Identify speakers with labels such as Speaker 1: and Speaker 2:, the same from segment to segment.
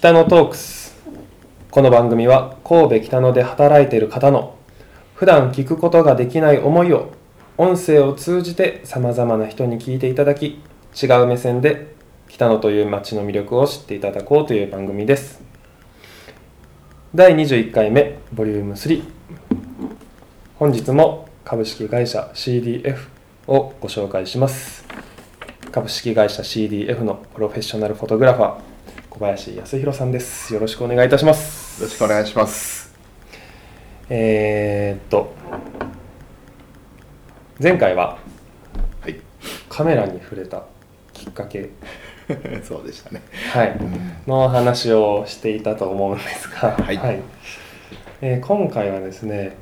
Speaker 1: 北野トークス。この番組は神戸北野で働いている方の普段聞くことができない思いを音声を通じてさまざまな人に聞いていただき、違う目線で北野という街の魅力を知っていただこうという番組です。第21回目ボリューム3。本日も株式会社 CDF をご紹介します。株式会社 CDF のプロフェッショナルフォトグラファー小林康弘さんです。よろしくお願いいたします。
Speaker 2: よろしくお願いします。
Speaker 1: 前回は、カメラに触れたきっかけ
Speaker 2: そうでしたね、
Speaker 1: の話をしていたと思うんですが、今回はですね、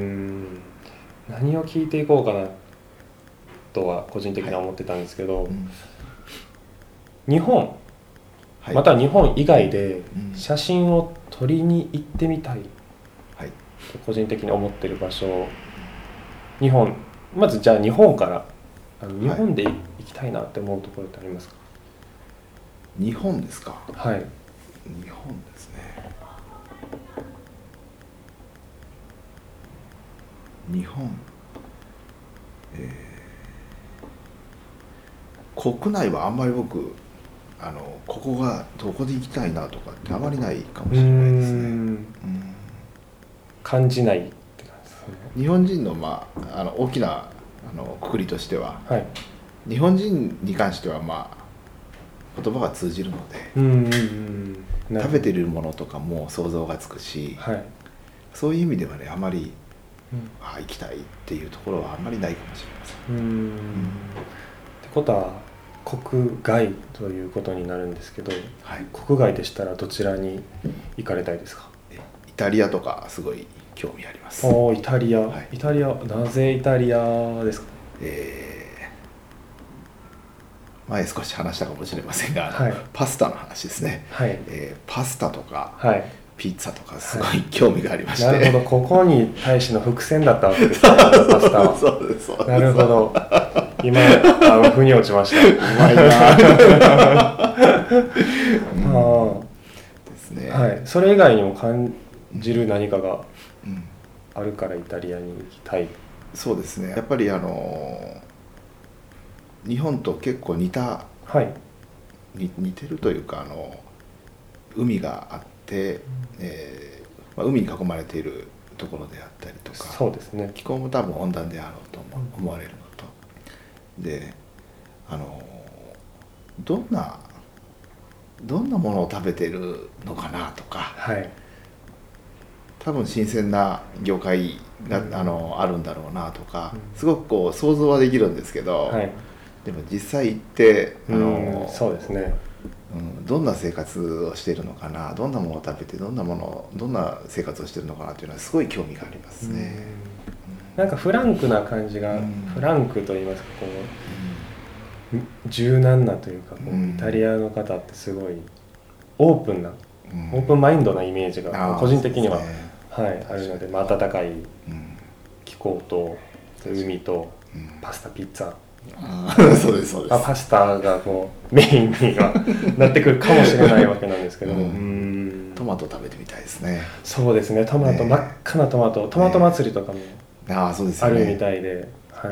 Speaker 1: 何を聞いていこうかなとは個人的には思ってたんですけど、日本、または日本以外で写真を撮りに行ってみたいと個人的に思ってる場所、まずじゃあ日本から日本で行きたいなって思うところってありますか？
Speaker 2: 日本ですか？
Speaker 1: 日
Speaker 2: 本ですね。日本、国内はあんまり僕ここがどこで行きたいなとかってあまりないかもしれないですね。
Speaker 1: 感じないって感じですね。
Speaker 2: 日本人の、大きな括りとしては、日本人に関しては言葉が通じるので、食べてるものとかも想像がつくし、そういう意味ではね、あまり、行きたいっていうところはあんまりないかもしれません。
Speaker 1: ってことは国外ということになるんですけど、国外でしたらどちらに行かれたいですか？
Speaker 2: イタリアとかすごい興味あります。
Speaker 1: イタリア、イタリア、なぜイタリアですか？
Speaker 2: 前少し話したかもしれませんが、パスタの話ですね。パスタとか、ピッツァとかすごい興味がありまして、
Speaker 1: なるほど、ここに対しての伏線だったわけですね。パスタは。
Speaker 2: そうです。
Speaker 1: なるほど。今腑に落ちました。
Speaker 2: うまいなですね。
Speaker 1: それ以外にも感じる何かがあるからイタリアに行きたい。
Speaker 2: そうですね。やっぱり日本と結構似てるというか、海があって、海に囲まれているところであったりとか、
Speaker 1: そうですね、
Speaker 2: 気候も多分温暖であろうと思われるのと、でどんなものを食べてるのかなとか、多分新鮮な魚介があるんだろうなとか、すごくこう想像はできるんですけど、でも実際行って
Speaker 1: そうですね、
Speaker 2: どんな生活をしているのかな、どんなものを食べてどんな生活をしているのかなというのはすごい興味がありますね。
Speaker 1: なんかフランクな感じが、フランクといいますか、こう柔軟なというか、イタリアの方ってすごいオープンマインドなイメージが個人的には、あるので、温かい気候と海とパスタ、ピッツァ、
Speaker 2: そうです。
Speaker 1: パスタがこうメインにはなってくるかもしれないわけなんですけど、
Speaker 2: トマト食べてみたいですね。
Speaker 1: そうですね、トマト、真っ赤なトマト祭りとかもあるみたいで、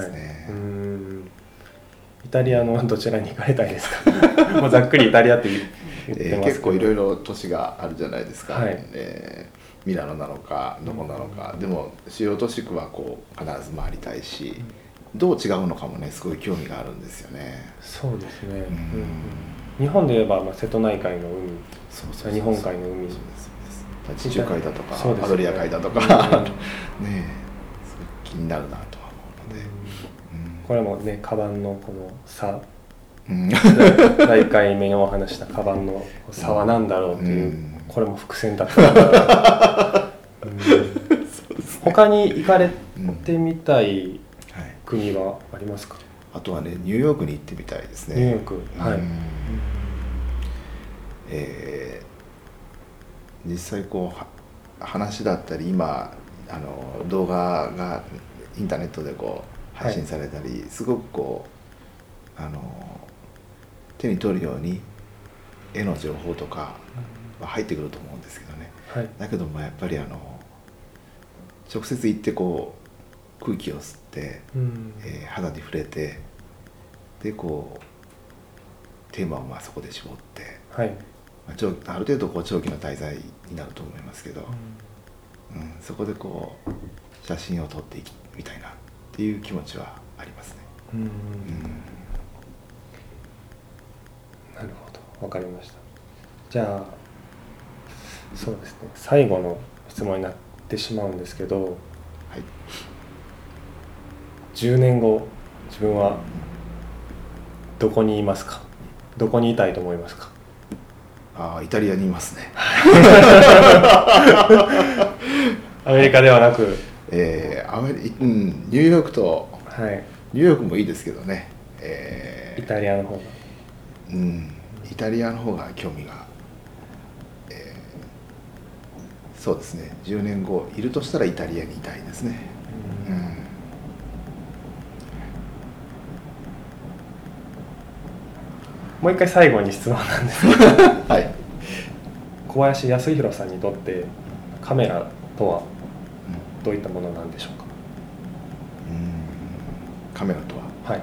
Speaker 1: イタリアのどちらに行かれたいですか？もうざっくりイタリアって言ってますけど、
Speaker 2: 結構いろいろ都市があるじゃないですか。ミラノなのかどこなのか、でも主要都市区はこう必ず回りたいし、どう違うのかもね、すごい興味があるんですよね。
Speaker 1: そうですね。日本で言えば、瀬戸内海の海、日本海の海、
Speaker 2: 地中海だとかアドリア海だとかね、すごい気になるなとは思うので、
Speaker 1: これもね、カバンのこの差、第1回目にお話したカバンの差は何だろうという、これも伏線だったから他に行かれてみたい国はありますか？
Speaker 2: あとはね、ニューヨークに行ってみたいですね。
Speaker 1: ニューヨーク、
Speaker 2: 実際こう話だったり、今動画がインターネットでこう配信されたり、すごくこう手に取るように絵の情報とかは入ってくると思うんですけどね、
Speaker 1: はい、
Speaker 2: だけどもやっぱり直接行ってこう空気を吸って、肌に触れてでこうテーマをそこで絞って、
Speaker 1: はい、
Speaker 2: ある程度こう長期の滞在になると思いますけど、そこでこう写真を撮っていきみたいなっていう気持ちはありますね。
Speaker 1: なるほど、わかりました。じゃあそうですね、最後の質問になってしまうんですけど、
Speaker 2: はい、
Speaker 1: 10年後自分はどこにいますか？どこにいたいと思いますか？
Speaker 2: イタリアにいますね。
Speaker 1: アメリカではなく、
Speaker 2: ニューヨークと、
Speaker 1: はい、
Speaker 2: ニューヨークもいいですけどね、
Speaker 1: イタリアの方が、
Speaker 2: イタリアの方が興味が、そうですね、10年後いるとしたらイタリアにいたいですね。
Speaker 1: もう一回最後に質問なんですけど、
Speaker 2: はい、
Speaker 1: 小林康弘さんにとってカメラとはどういったものなんでしょうか？
Speaker 2: カメラとは、
Speaker 1: はい、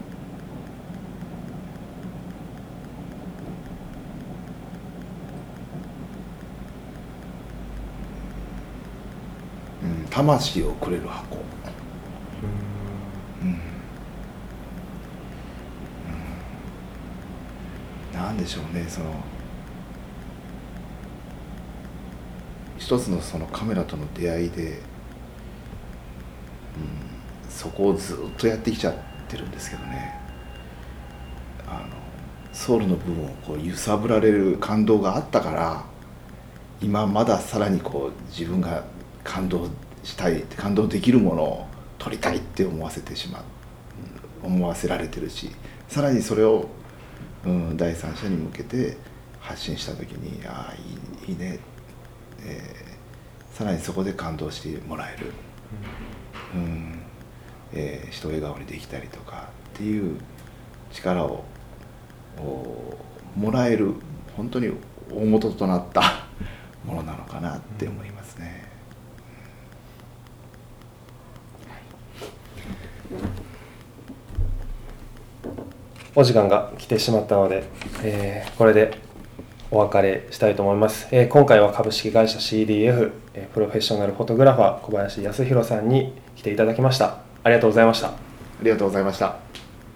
Speaker 2: 魂をくれる箱。なんでしょうね、一つのそのカメラとの出会いで、そこをずっとやってきちゃってるんですけどね、ソウルの部分をこう揺さぶられる感動があったから今まださらにこう自分が感動したい、感動できるものを撮りたいって思わせられてるし、さらにそれを、第三者に向けて発信した時にいいね、さらにそこで感動してもらえる、人を笑顔にできたりとかっていう力をもらえる本当に大元となったものなのかなって思いますね。
Speaker 1: お時間が来てしまったので、これでお別れしたいと思います。今回は株式会社 CDF、プロフェッショナルフォトグラファー小林康弘さんに来ていただきました。ありがとうございました。
Speaker 2: ありがとうございました。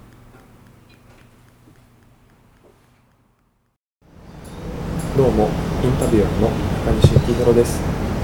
Speaker 1: どうも、インタビュアーの中西幸宏です。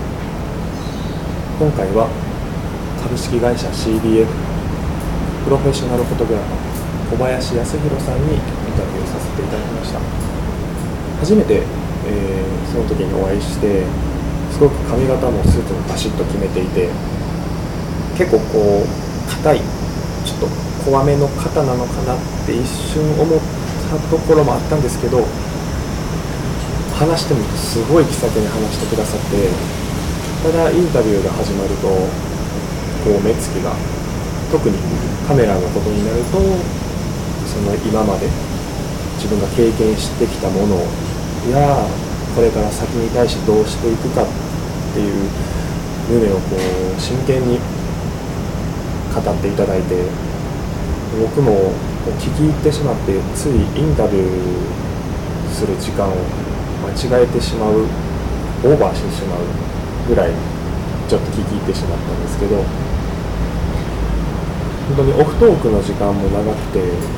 Speaker 1: 今回は株式会社 CDF プロフェッショナルフォトグラファー小林康弘さんにインタビューさせていただきました。初めて、その時にお会いして、すごく髪型もスーツもバシッと決めていて、結構こう硬い、ちょっと怖めの方なのかなって一瞬思ったところもあったんですけど、話してみるとすごい気さくに話してくださって、ただインタビューが始まるとこう目つきが、特にカメラのことになるとその今まで自分が経験してきたものやこれから先に対してどうしていくかっていう胸をこう真剣に語っていただいて、僕も聞き入ってしまってついインタビューする時間を間違えてしまう、オーバーしてしまうぐらいちょっと聞き入ってしまったんですけど、本当にオフトークの時間も長くて、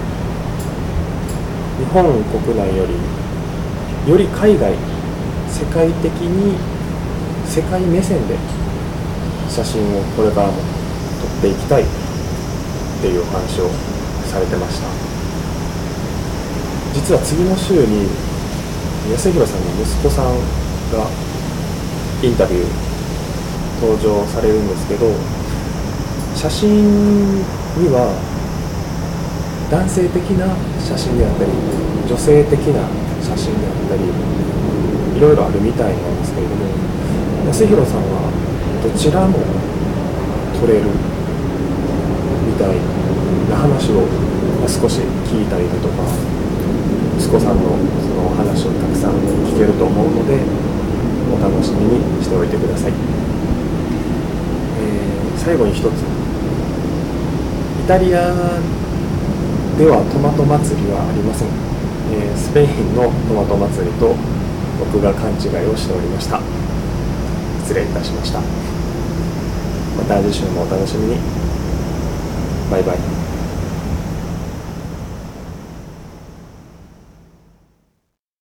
Speaker 1: 日本国内より海外、世界的に世界目線で写真をこれからも撮っていきたいっていうお話をされてました。実は次の週に康弘さんの息子さんがインタビュー登場されるんですけど、写真には男性的な写真であったり女性的な写真であったりいろいろあるみたいなんですけれども、康弘さんはどちらも撮れるみたいな話を少し聞いたりだとか、 息子さんのそのお話をたくさん聞けると思うので、お楽しみにしておいてください。最後に一つ、イタリアではトマト祭りはありません。スペインのトマト祭りと僕が勘違いをしておりました。失礼いたしました。また次週もお楽しみに。バイバイ。